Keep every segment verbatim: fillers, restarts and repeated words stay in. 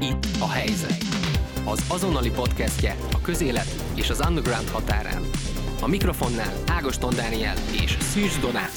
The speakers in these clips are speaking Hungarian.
Itt a helyzet. Az azonnali podcastje a közélet és az underground határán. A mikrofonnál Ágoston Dániel és Szűcs Donát.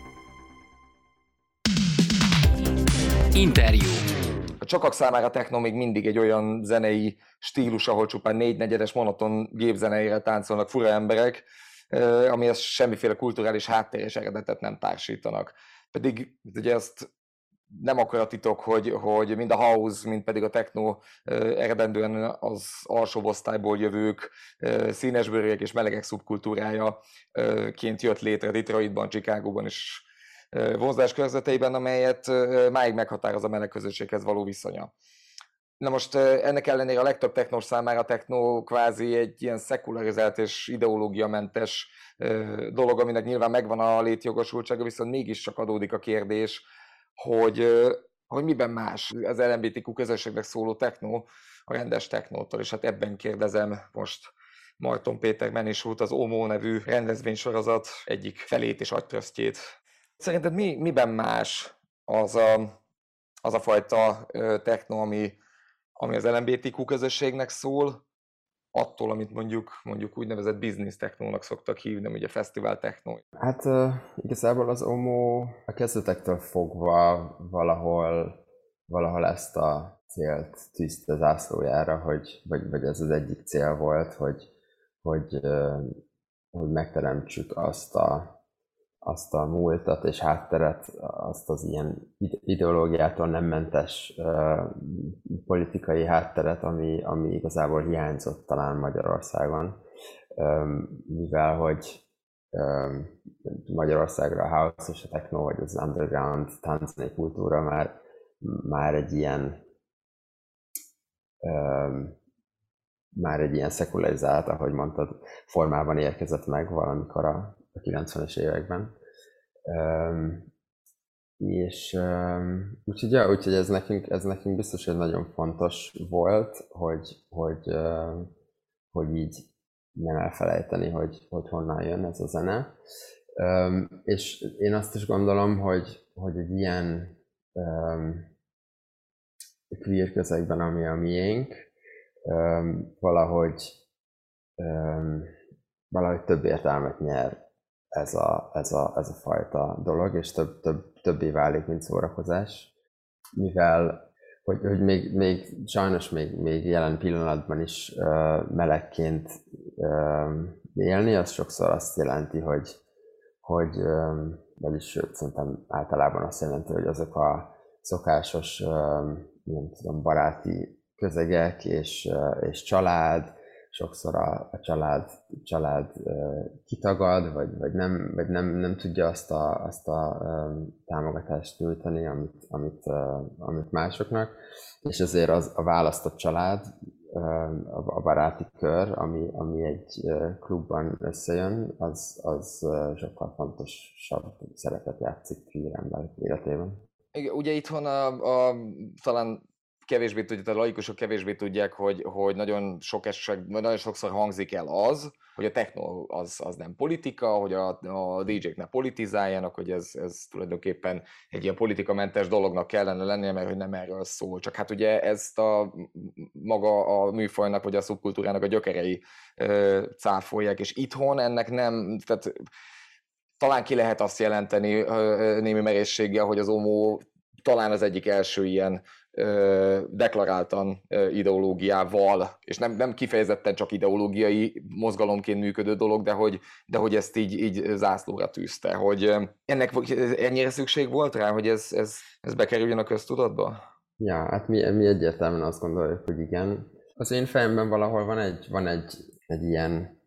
Interjú. A sokak számára techno még mindig egy olyan zenei stílus, ahol csupán négynegyedes monoton gépzeneire táncolnak fura emberek, amihez semmiféle kulturális háttér és eredetet nem társítanak. Pedig ugye azt nem akkora titok, hogy, hogy mind a house, mind pedig a techno eredendően az alsóbb osztályból jövők, színesbőrűek és melegek szubkultúrájaként jött létre Detroitban, Chicagóban és vonzás körzeteiben, amelyet máig meghatároz a meleg közösséghez való viszonya. Na most ennek ellenére a legtöbb technós számára a techno kvázi egy ilyen szekularizált és ideológiamentes dolog, aminek nyilván megvan a létjogosultsága, viszont mégiscsak adódik a kérdés, hogy, hogy miben más az el em bé té kú közösségnek szóló techno a rendes technótól, és hát ebben kérdezem most Marton Péter Menisút, az Omo nevű rendezvénysorozat egyik felét és agytrösztjét. Szerinted mi, miben más az a, az a fajta techno, ami, ami az el em bé té kú közösségnek szól, attól, amit mondjuk, mondjuk úgynevezett business technónak szoktak hívni, ugye fesztivál techno? Hát uh, igazából az Omo a kezdetektől fogva valahol, valahol ezt a célt tűzte zászlójára, hogy, vagy, vagy ez az egyik cél volt, hogy, hogy, uh, hogy megteremtsük azt a, azt a múltat és hátteret, azt az ilyen ideológiától nem mentes uh, politikai hátteret, ami, ami igazából hiányzott talán Magyarországon, um, mivel hogy um, Magyarországra a house és a techno, vagy az underground tánczenei kultúra már, már egy ilyen um, már egy ilyen szekularizált, ahogy mondtad, formában érkezett meg valamikor a a kilencvenes években. Um, és um, úgyhogy, ja, úgyhogy ez, nekünk, ez nekünk biztos, hogy nagyon fontos volt, hogy, hogy, uh, hogy így nem elfelejteni, hogy, hogy honnan jön ez a zene. Um, és én azt is gondolom, hogy, hogy egy ilyen um, queer közegben, ami a miénk, um, valahogy, um, valahogy több értelmet nyer ez a, ez a, ez a fajta dolog, és több, több, többé válik, mint szórakozás. Mivel, hogy, hogy még, még sajnos még, még jelen pillanatban is uh, melegként uh, élni, az sokszor azt jelenti, hogy, hogy um, vagyis sőt, szerintem általában azt jelenti, hogy azok a szokásos um, nem tudom, baráti közegek és, uh, és család, sokszor a, a család, család uh, kitagad, vagy, vagy, nem, vagy nem, nem tudja azt a, azt a um, támogatást nyújtani, amit, amit, uh, amit másoknak, és ezért az, a választott család, uh, a, a baráti kör, ami, ami egy uh, klubban összejön, az, az uh, sokkal fontosabb szerepet játszik queer ember életében. Igen, ugye itthon a, a, talán kevésbé tudják, a laikusok kevésbé tudják, hogy, hogy nagyon, sok eset, nagyon sokszor hangzik el az, hogy a techno az, az nem politika, hogy a, a dé jék ne politizáljanak, hogy ez, ez tulajdonképpen egy ilyen politikamentes dolognak kellene lennie, mert hogy nem erről szól. Csak hát ugye ezt a maga a műfajnak, vagy a szubkultúrának a gyökerei ö, cáfolják, és itthon ennek nem, tehát talán ki lehet azt jelenteni ö, némi merészséggel, hogy az Omo talán az egyik első ilyen deklaráltan ideológiával, és nem, nem kifejezetten csak ideológiai mozgalomként működő dolog, de hogy, de hogy ezt így, így zászlóra tűzte, hogy ennek ennyire szükség volt rá, hogy ez, ez, ez bekerüljön a köztudatba? Ja, hát mi, mi egyértelműen azt gondoljuk, hogy igen. Az én fejemben valahol van egy, van egy, egy ilyen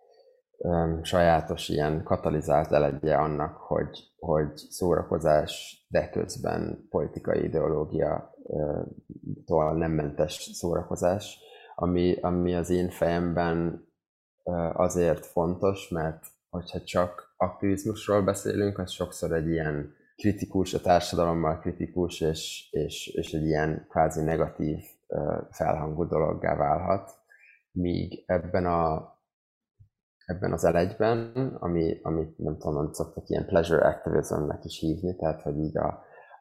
um, sajátos, ilyen katalizált elegye annak, hogy, hogy szórakozás, de közben politikai ideológia tól nem mentes szórakozás, ami, ami az én fejemben azért fontos, mert hogyha csak aktivizmusról beszélünk, az sokszor egy ilyen kritikus, a társadalommal kritikus, és, és, és egy ilyen kvázi negatív felhangú dologgá válhat, míg ebben, a, ebben az elegyben, ami, amit nem tudom, szoktak ilyen pleasure activismnek is hívni, tehát hogy így a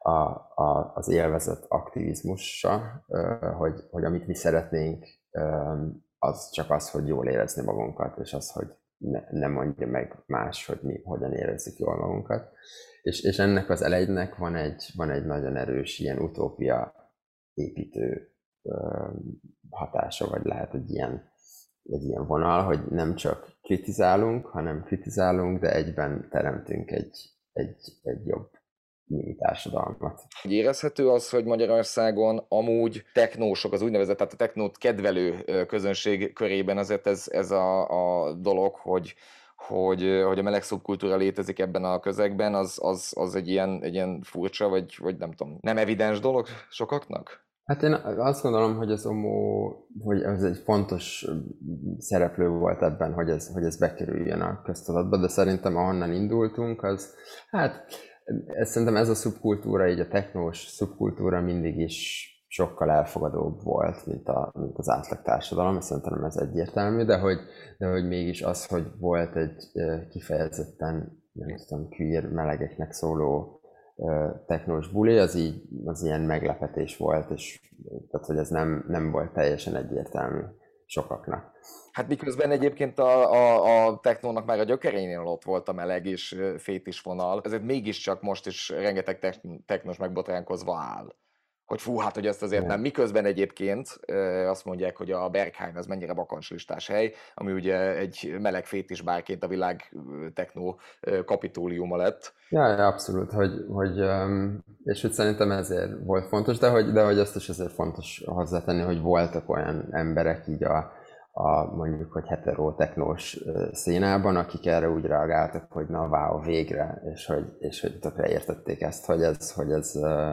a, a, az élvezet aktivizmusa, hogy, hogy amit mi szeretnénk, az csak az, hogy jól érezni magunkat, és az, hogy ne, ne mondja meg más, hogy mi hogyan érezzük jól magunkat. És, és ennek az elejének van egy, van egy nagyon erős ilyen utópia építő hatása, vagy lehet egy ilyen, egy ilyen vonal, hogy nem csak kritizálunk, hanem kritizálunk, de egyben teremtünk egy, egy, egy jobb mini társadalmat. Érezhető az, hogy Magyarországon amúgy technósok, az úgynevezett, tehát a technót kedvelő közönség körében azért ez, ez a, a dolog, hogy, hogy, hogy a meleg szubkultúra létezik ebben a közegben, az, az, az egy, ilyen, egy ilyen furcsa, vagy, vagy nem tudom, nem evidens dolog sokaknak? Hát én azt gondolom, hogy az omó, hogy ez egy fontos szereplő volt ebben, hogy ez, hogy ez bekerüljön a köztudatba, de szerintem ahonnan indultunk, az, hát ez, szerintem ez a szubkultúra, így a technós szubkultúra mindig is sokkal elfogadóbb volt, mint, a, mint az átlag társadalom, szerintem ez egyértelmű, de hogy, de hogy mégis az, hogy volt egy kifejezetten, nem tudom, queer melegeknek szóló technós buli, az így, az ilyen meglepetés volt, és tehát, hogy ez nem, nem volt teljesen egyértelmű sokaknak. Hát miközben egyébként a, a, a technónak már a gyökerénél ott volt a meleg és fétis vonal, ezért mégiscsak most is rengeteg technós megbotránkozva áll. Hogy fú, hát hogy ezt azért nem. Miközben egyébként azt mondják, hogy a Berghain az mennyire bakancslistás hely, ami ugye egy meleg fétis bárként a világ technó kapitóliuma lett. Ja, ja, abszolút, hogy, hogy, és hogy szerintem ezért volt fontos, de hogy, de hogy azt is ezért fontos hozzátenni, hogy voltak olyan emberek így a, a mondjuk, hogy hetero technós színában, akik erre úgy reagáltak, hogy na wow, végre, és hogy, és hogy tökre értették ezt, hogy ez, hogy ez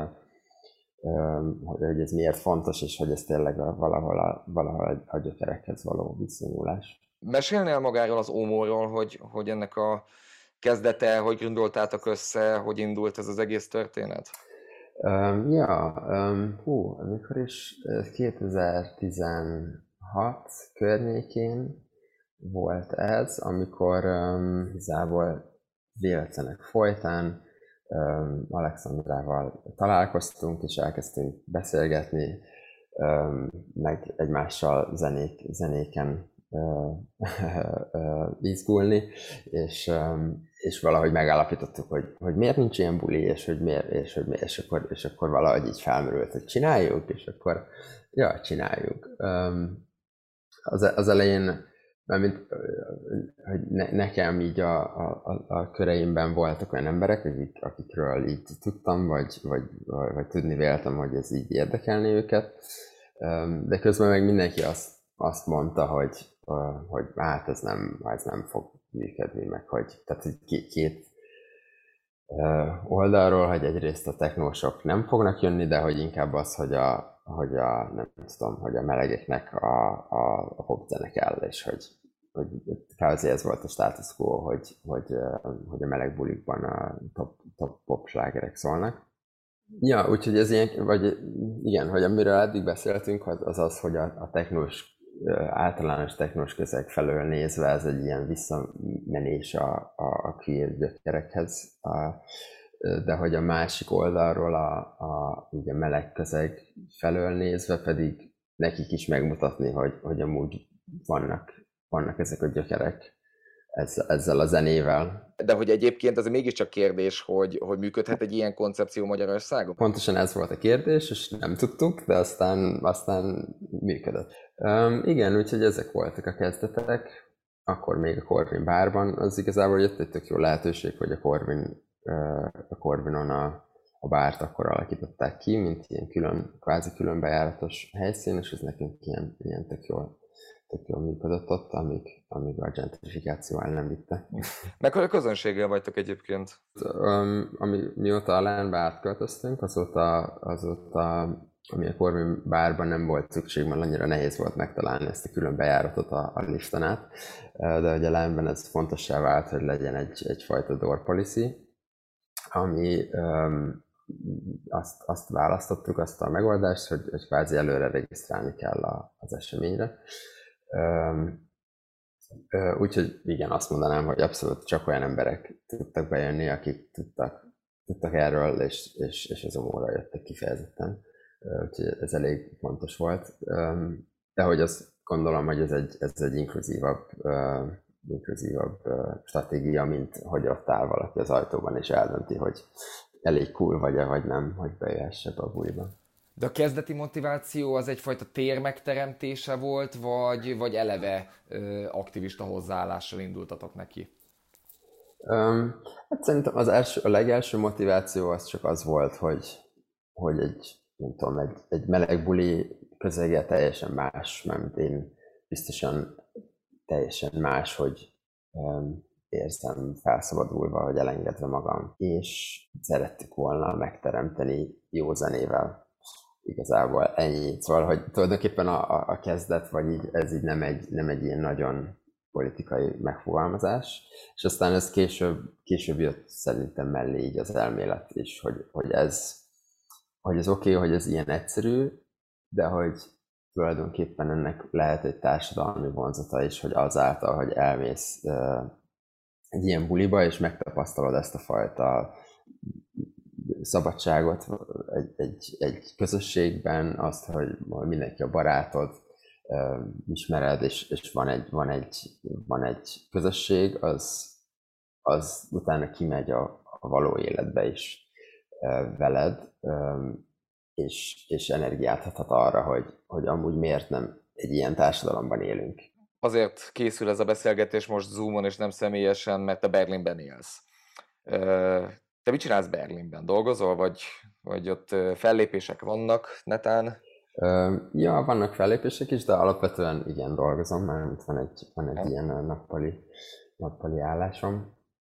hogy ez miért fontos, és hogy ez tényleg valahol a, valahol a gyökerekhez való viszonyulás. Mesélnél magáról az omóról, hogy, hogy ennek a kezdete, hogy gondoltátok össze, hogy indult ez az egész történet? Um, ja, um, hú, amikor is kétezer-tizenhat környékén volt ez, amikor um, igazából véletlenek folytán um, Alexandrával találkoztunk, és elkezdtünk beszélgetni, um, meg egymással zenék, zenéken uh, uh, izgulni, és, um, és valahogy megállapítottuk, hogy, hogy miért nincs ilyen buli, és hogy miért, és, hogy miért, és, akkor, és akkor valahogy így felmerült, hogy csináljuk, és akkor ja, csináljuk. Um, az, az elején, mert hogy ne, nekem így a, a, a köreimben voltak olyan emberek, akik, akikről így tudtam, vagy, vagy, vagy, vagy tudni véltem, hogy ez így érdekelni őket, um, de közben meg mindenki azt, azt mondta, hogy, uh, hogy hát ez nem, ez nem fog működni, meg hogy, tehát két, két uh, oldalról, hogy egyrészt a technósok nem fognak jönni, de hogy inkább az, hogy a, hogy a, nem tudom, hogy a melegeknek a, a, a popzene kell, és hogy, hogy kvázi ez volt a status quo, hogy, hogy, hogy a meleg bulikban a top, top pop slágerek szólnak. Ja, úgyhogy ez ilyen, vagy igen, hogy amiről eddig beszéltünk, az az, az hogy a, a technós, általános technós közeg felől nézve ez egy ilyen visszamenés a, a, a queer gyökerekhez, a, de hogy a másik oldalról a, a, ugye a meleg közeg felől nézve pedig nekik is megmutatni, hogy, hogy amúgy vannak, vannak ezek a gyökerek ezzel, ezzel a zenével. De hogy egyébként ez mégiscsak kérdés, hogy, hogy működhet egy ilyen koncepció Magyarországon? Pontosan ez volt a kérdés, és nem tudtuk, de aztán, aztán működött. Um, igen, úgyhogy ezek voltak a kezdetek. Akkor még a Corvin bárban, az igazából jött egy tök jó lehetőség, hogy a Corvin a Corvinon a, a bárt akkor alakították ki, mint ilyen külön, kvázi külön bejáratos helyszín, és ez nekünk ilyen, ilyen tök jól, tök jól működött ott, amíg, amíg a gentrifikáció el nem vitte. Mekkora közönséggel vagytok egyébként? Um, ami, mióta a Lánbe átköltöztünk, azóta, azóta ami a Corvin bárban nem volt szükség, mert annyira nehéz volt megtalálni ezt a külön bejáratot a, a liften át, de hogy a Lánben ez fontossá vált, hogy legyen egy, egyfajta door policy, ami um, azt, azt választottuk, azt a megoldást, hogy, hogy kvázi előre regisztrálni kell a, az eseményre. Um, Úgyhogy igen, azt mondanám, hogy abszolút csak olyan emberek tudtak bejönni, akik tudtak, tudtak erről, és, és, és az omóra jöttek kifejezetten. Úgyhogy ez elég fontos volt. De hogy azt gondolom, hogy ez egy, ez egy inkluzívabb, inkluzívabb stratégia, mint hogy ott áll valaki az ajtóban, és eldönti, hogy elég cool vagy-e, vagy nem, hogy bejöhess ebbe a buliba. De a kezdeti motiváció az egyfajta tér megteremtése volt, vagy, vagy eleve ö, aktivista hozzáállással indultatok neki? Um, hát szerintem az első, a legelső motiváció az csak az volt, hogy, hogy egy, nem tudom, egy, egy meleg buli közege teljesen más, mert én biztosan teljesen más, hogy um, érzem felszabadulva, vagy elengedve magam, és szerettük volna megteremteni jó zenével. Igazából ennyi. Szóval, hogy tulajdonképpen a, a, a kezdet, vagy így, ez így nem egy, nem egy ilyen nagyon politikai megfogalmazás, és aztán ez később, később jött szerintem mellé így az elmélet is, hogy, hogy ez, hogy ez oké, okay, hogy ez ilyen egyszerű, de hogy tulajdonképpen ennek lehet egy társadalmi vonzata is, hogy azáltal, hogy elmész uh, egy ilyen buliba, és megtapasztalod ezt a fajta szabadságot egy, egy, egy közösségben, azt, hogy mindenki a barátod, uh, ismered, és, és van, egy, van, egy, van egy közösség, az, az utána kimegy a, a való életbe is uh, veled, um, és, és energiát adhat arra, hogy, hogy amúgy miért nem egy ilyen társadalomban élünk. Azért készül ez a beszélgetés most Zoomon, és nem személyesen, mert te Berlinben élsz. Te mit csinálsz Berlinben? Dolgozol, vagy, vagy ott fellépések vannak netán? Ja, vannak fellépések is, de alapvetően igen, dolgozom, mert van egy, van egy ilyen nappali, nappali állásom.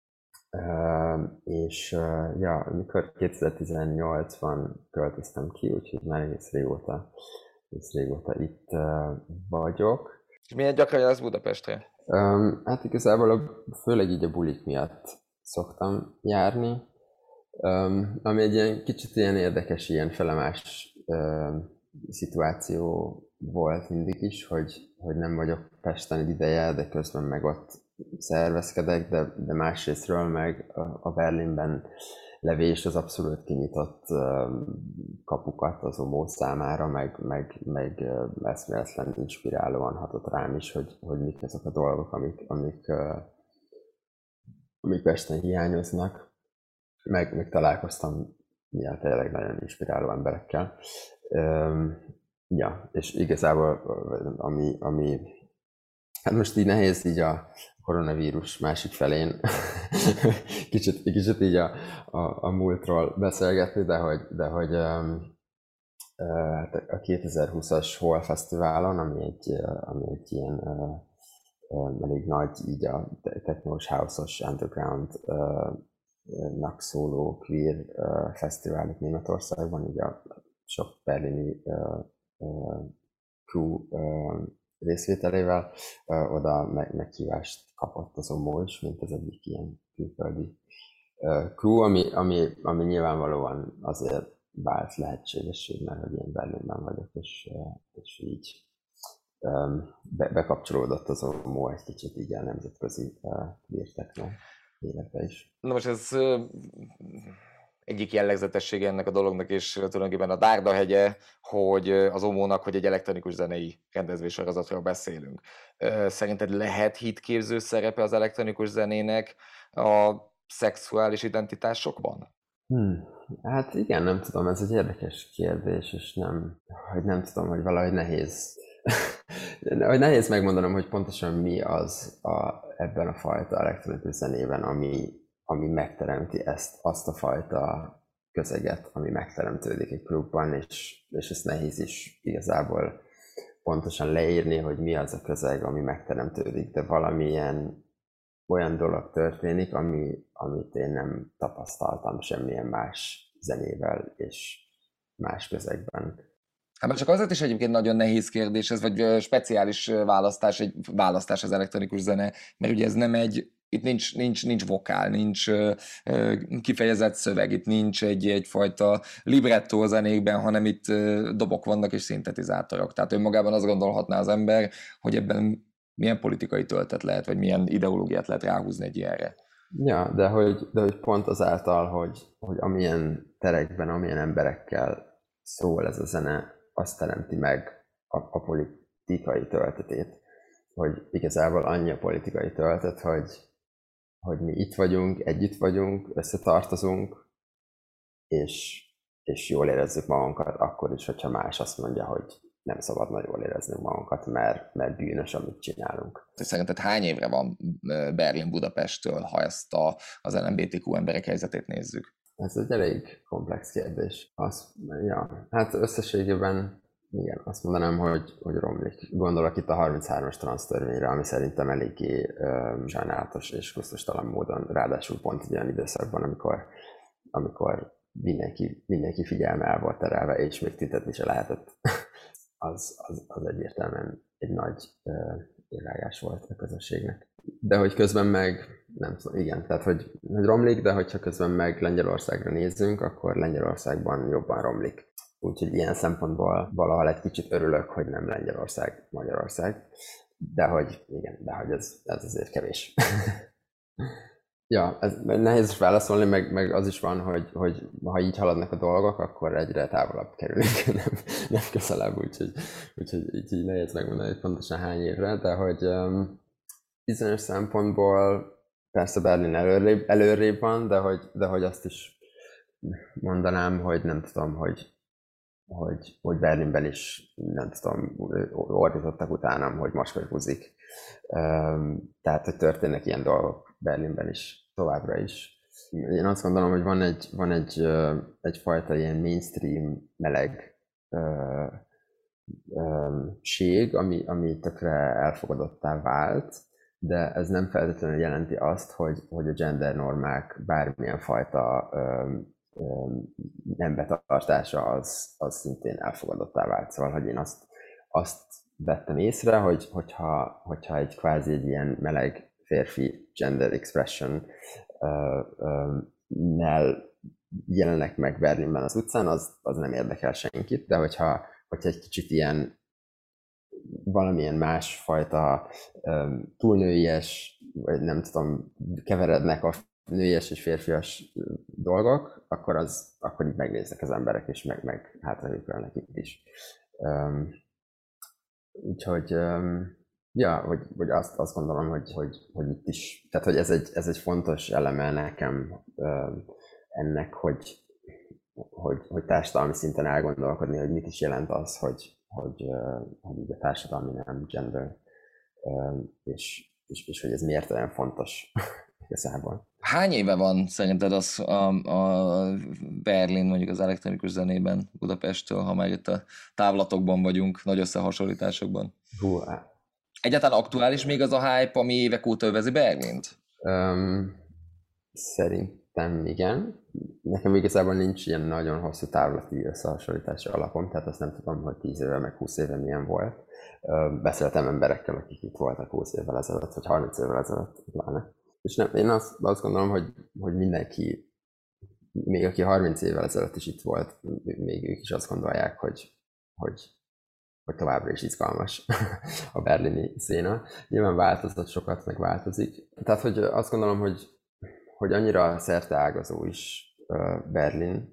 És ja, amikor kétezer-tizennyolcban költöztem ki, úgyhogy már egész régóta, egész régóta itt vagyok. És milyen gyakran jársz Budapestre? Um, hát igazából a, főleg így a bulik miatt szoktam járni, um, ami egy ilyen kicsit ilyen érdekes, ilyen felemás um, szituáció volt mindig is, hogy, hogy nem vagyok Pesten egy ideje, de közben meg ott szervezkedek, de, de másrésztről meg a, a Berlinben levés az abszolút kinyitott um, kapukat az omó számára, meg, meg, meg uh, eszméletlen inspirálóan hatott rám is, hogy, hogy mik azok a dolgok, amik, amik, uh, amik Pesten hiányoznak. Meg, meg találkoztam ja, tényleg nagyon inspiráló emberekkel. Um, ja, és igazából ami, ami hát most így nehéz így a koronavírus másik felén kicsit, kicsit így a, a, a múltról beszélgetni, de hogy, de hogy um, a kétezer-húszas Hol Fesztiválon, ami egy, ami egy ilyen uh, uh, elég nagy így a technós, house-os, underground-nak uh, szóló queer uh, fesztivál itt Németországban, így a sok berlini uh, uh, crew uh, részvételével, uh, oda meg, meghívást kapott az omó is, mint az egyik ilyen külföldi uh, crew, ami, ami, ami nyilvánvalóan azért vált lehetségesség, mert hogy én Berlinben vagyok, és, uh, és így um, be, bekapcsolódott az omó egy kicsit így a nemzetközi uh, queer techno életbe is. Na most ez uh, egyik jellegzetessége ennek a dolognak, és tulajdonképpen a Dárda-hegye, hogy az omónak, hogy egy elektronikus zenei rendezvénysorozatról beszélünk. Szerinted lehet hitképző szerepe az elektronikus zenének a szexuális identitásokban? Hmm. Hát igen, nem tudom, ez egy érdekes kérdés, és nem, hogy nem tudom, hogy valahogy nehéz, hogy nehéz megmondanom, hogy pontosan mi az a, ebben a fajta elektronikus zenében, ami ami megteremti ezt, azt a fajta közeget, ami megteremtődik egy klubban, és, és ezt nehéz is igazából pontosan leírni, hogy mi az a közeg, ami megteremtődik, de valamilyen olyan dolog történik, ami, amit én nem tapasztaltam semmilyen más zenével és más közegben. Hát csak azért is egyébként nagyon nehéz kérdés ez, vagy speciális választás, egy választás az elektronikus zene, mert ugye ez nem egy itt nincs, nincs, nincs vokál, nincs uh, kifejezett szöveg, itt nincs egy, egyfajta librettó zenékben, hanem itt uh, dobok vannak és szintetizátorok. Tehát önmagában azt gondolhatná az ember, hogy ebben milyen politikai töltet lehet, vagy milyen ideológiát lehet ráhúzni egy ilyenre. Ja, de hogy, de hogy pont azáltal, hogy, hogy amilyen terekben, amilyen emberekkel szól ez a zene, azt teremti meg a, a politikai töltetét. Hogy igazából annyi a politikai töltet, hogy, hogy mi itt vagyunk, együtt vagyunk, összetartozunk, és, és jól érezzük magunkat akkor is, hogyha más azt mondja, hogy nem szabadna jól éreznünk magunkat, mert, mert bűnös, amit csinálunk. Szerinted hány évre van Berlin Budapesttől, ha ezt a, az el em bé té kú emberek helyzetét nézzük? Ez egy elég komplex kérdés. Azt, ja, hát összességében igen, azt mondanám, hogy, hogy romlik. Gondolok itt a harminchármas transztörvényre, ami szerintem eléggé um, sajnálatos és gusztustalan módon, ráadásul pont egy olyan időszakban, amikor, amikor mindenki, mindenki figyelme el volt terelve, és még tüntetni se lehetett. az, az, az egyértelműen egy nagy uh, érvágás volt a közösségnek. De hogy közben meg, nem tudom, igen, tehát hogy, hogy romlik, de hogyha közben meg Lengyelországra nézzünk, akkor Lengyelországban jobban romlik. Úgyhogy ilyen szempontból valahol egy kicsit örülök, hogy nem Lengyelország, Magyarország, de hogy igen, de hogy ez, ez azért kevés. Ja, ez nehéz is válaszolni, meg, meg az is van, hogy, hogy ha így haladnak a dolgok, akkor egyre távolabb kerülünk, nem, nem közelebb, úgyhogy, úgyhogy így, így nehéz megmondani, hogy pontosan hány évre, de hogy um, bizonyos szempontból persze Berlin előrébb, előrébb van, de hogy, de hogy azt is mondanám, hogy nem tudom, hogy Hogy, hogy Berlinben is, nem tudom, ordítottak utánam, hogy Moskva buzik. Tehát, hogy történnek ilyen dolgok Berlinben is, továbbra is. Én azt gondolom, hogy van egy, van egy, egyfajta ilyen mainstream meleg ség, ami, ami tökre elfogadottá vált, de ez nem feltétlenül jelenti azt, hogy, hogy a gender normák bármilyen fajta nem betartása az, az szintén elfogadottá vált. Szóval, hogy én azt, azt vettem észre, hogy, hogyha, hogyha egy kvázi egy ilyen meleg férfi gender expression uh, uh, nel jelennek meg Berlinben az utcán, az, az nem érdekel senkit, de hogyha, hogyha egy kicsit ilyen valamilyen másfajta um, túlnőies, vagy nem tudom, keverednek a nőies és férfias dolgok, akkor, az, akkor így megnéznek az emberek, és meg, meg hátravékelnek itt is. Um, úgyhogy, um, ja, hogy, hogy azt, azt gondolom, hogy, hogy, hogy itt is, tehát hogy ez egy, ez egy fontos eleme nekem um, ennek, hogy, hogy, hogy társadalmi szinten elgondolkodni, hogy mit is jelent az, hogy, hogy, uh, hogy így a társadalmi nem gender, um, és, és, és hogy ez miért olyan fontos igazából. Hány éve van szerinted az a, a Berlin mondjuk az elektronikus zenében Budapesttől, ha már itt a távlatokban vagyunk, nagy összehasonlításokban? Hú, Egyáltalán aktuális még az a hype, ami évek óta övezi Berlint? Um, szerintem igen. Nekem igazából nincs ilyen nagyon hosszú távlati összehasonlítási alapom, tehát azt nem tudom, hogy tíz éve meg húsz éve milyen volt. Uh, beszéltem emberekkel, akik itt voltak húsz évvel ezelőtt, vagy harminc évvel ezelőtt, pláne. És nem, én azt, azt gondolom, hogy, hogy mindenki, még aki harminc évvel ezelőtt is itt volt, még ők is azt gondolják, hogy, hogy, hogy továbbra is izgalmas a berlini széna. Nyilván változott sokat, meg változik. Tehát, hogy azt gondolom, hogy, hogy annyira szerteágazó is Berlin,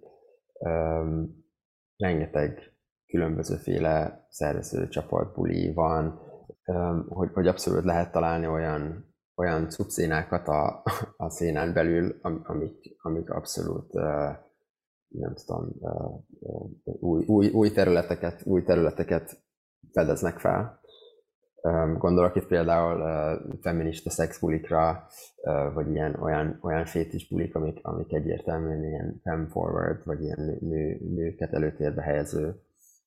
rengeteg különbözőféle szervező csoport, buli van, hogy, hogy abszolút lehet találni olyan olyan szubszénákat a, a szénán belül, amik, amik abszolút nem tudom, új, új, új, területeket, új területeket fedeznek fel. Gondolok itt például feminista szexbulikra, vagy ilyen olyan, olyan fétis bulik, amik, amik egyértelműen ilyen femme forward, vagy ilyen nő, nőket előtérbe helyező,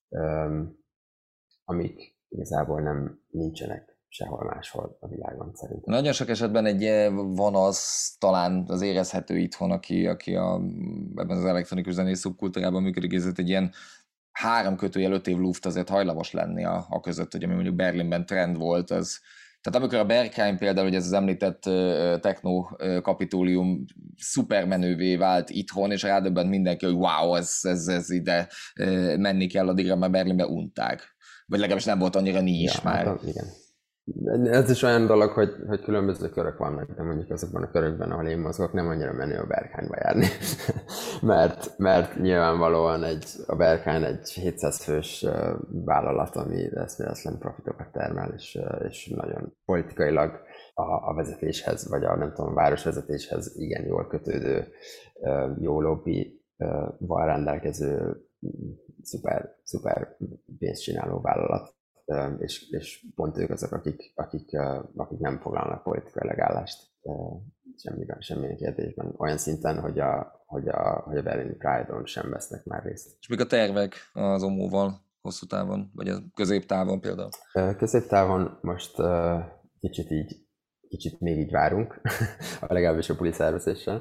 amik igazából nem nincsenek sehol máshol a világon szerintem. Nagyon sok esetben egy van az, talán az érezhető itthon, aki, aki a, ebben az elektronikus zenés szubkultúrában működik, ez egy ilyen három kötőjel öt év luft azért hajlamos lenni a, a között, hogy ami mondjuk Berlinben trend volt, az, tehát amikor a Berghain például, hogy ez az említett uh, techno uh, kapitólium szupermenővé vált itthon, és rádöbbent mindenki, hogy wow, ez, ez, ez ide uh, menni kell, addigra már Berlinbe unták. Vagy legalábbis nem volt annyira nincs ja, már. Hát, igen. Ez is olyan dolog, hogy, hogy különböző körök vannak, de mondjuk azokban a körökben, ahol én mozgok, nem annyira menő a Berkányba járni. mert, mert nyilvánvalóan egy, a Berkány egy hétszáz fős vállalat, ami eszméletlen profitokat termel, és, és nagyon politikailag a, a vezetéshez, vagy a nem tudom, a városvezetéshez igen jól kötődő, jó lobbyval rendelkező, szuper, szuper pénzt csináló vállalat. És, és pont ők azok, akik, akik, akik nem foglalnak politikailag állást semmiben, semmilyen kérdésben. Olyan szinten, hogy a, hogy a, hogy a berlini Pride-on sem vesznek már részt. És mik a tervek az omóval hosszú távon, vagy a középtávon például? Középtávon most kicsit így, kicsit még így várunk, legalábbis a buli szervezéssel.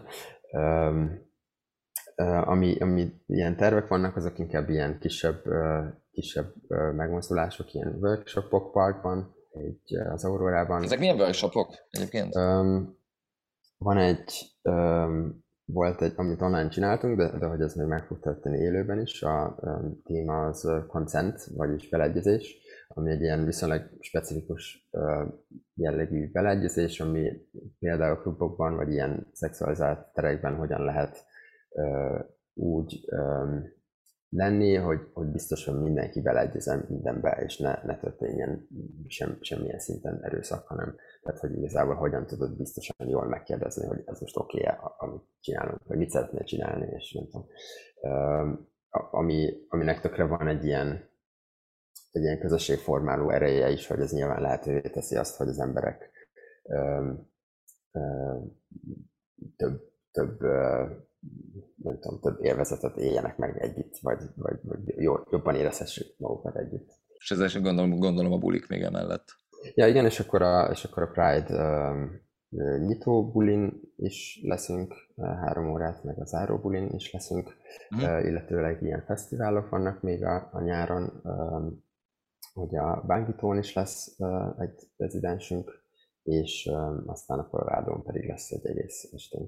Ami, ami ilyen tervek vannak, azok inkább ilyen kisebb, kisebb megmozdulások, ilyen workshopok parkban, egy, az Aurórában. Ezek milyen workshopok egyébként? Um, van egy, um, volt egy, amit online csináltunk, de, de hogy ez még meg fog történni élőben is, a um, téma az consent, vagyis beleegyezés, ami egy ilyen viszonylag specifikus uh, jellegű beleegyezés, ami például klubokban, vagy ilyen szexualizált terekben hogyan lehet uh, úgy um, lenni, hogy, hogy biztosan mindenki beleegyezem mindenbe, és ne, ne történjen sem, semmilyen szinten erőszak, hanem tehát, hogy igazából hogyan tudod biztosan jól megkérdezni, hogy ez most oké-e, amit csinálunk, vagy mit szeretnél csinálni, és nem tudom. Um, ami, aminek tökre van egy ilyen, egy ilyen közösségformáló ereje is, hogy ez nyilván lehetővé teszi azt, hogy az emberek um, um, több, több uh, nem tudom, több élvezetet éljenek meg együtt, vagy, vagy, vagy jobban érezhessék magukat együtt. És ezzel gondolom, gondolom a bulik még emellett. Ja, igen, és akkor a, és akkor a Pride um, nyitó bulin is leszünk, három órát, meg a záró bulin is leszünk, mm. uh, illetőleg ilyen fesztiválok vannak még a, a nyáron, um, hogy a Bánkitón is lesz uh, egy rezidensünk, és um, aztán a Colorádón pedig lesz egy egész esténk.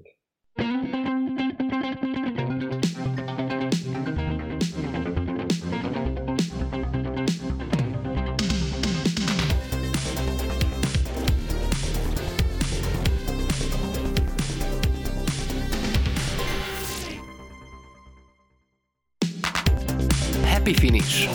Happy Finish.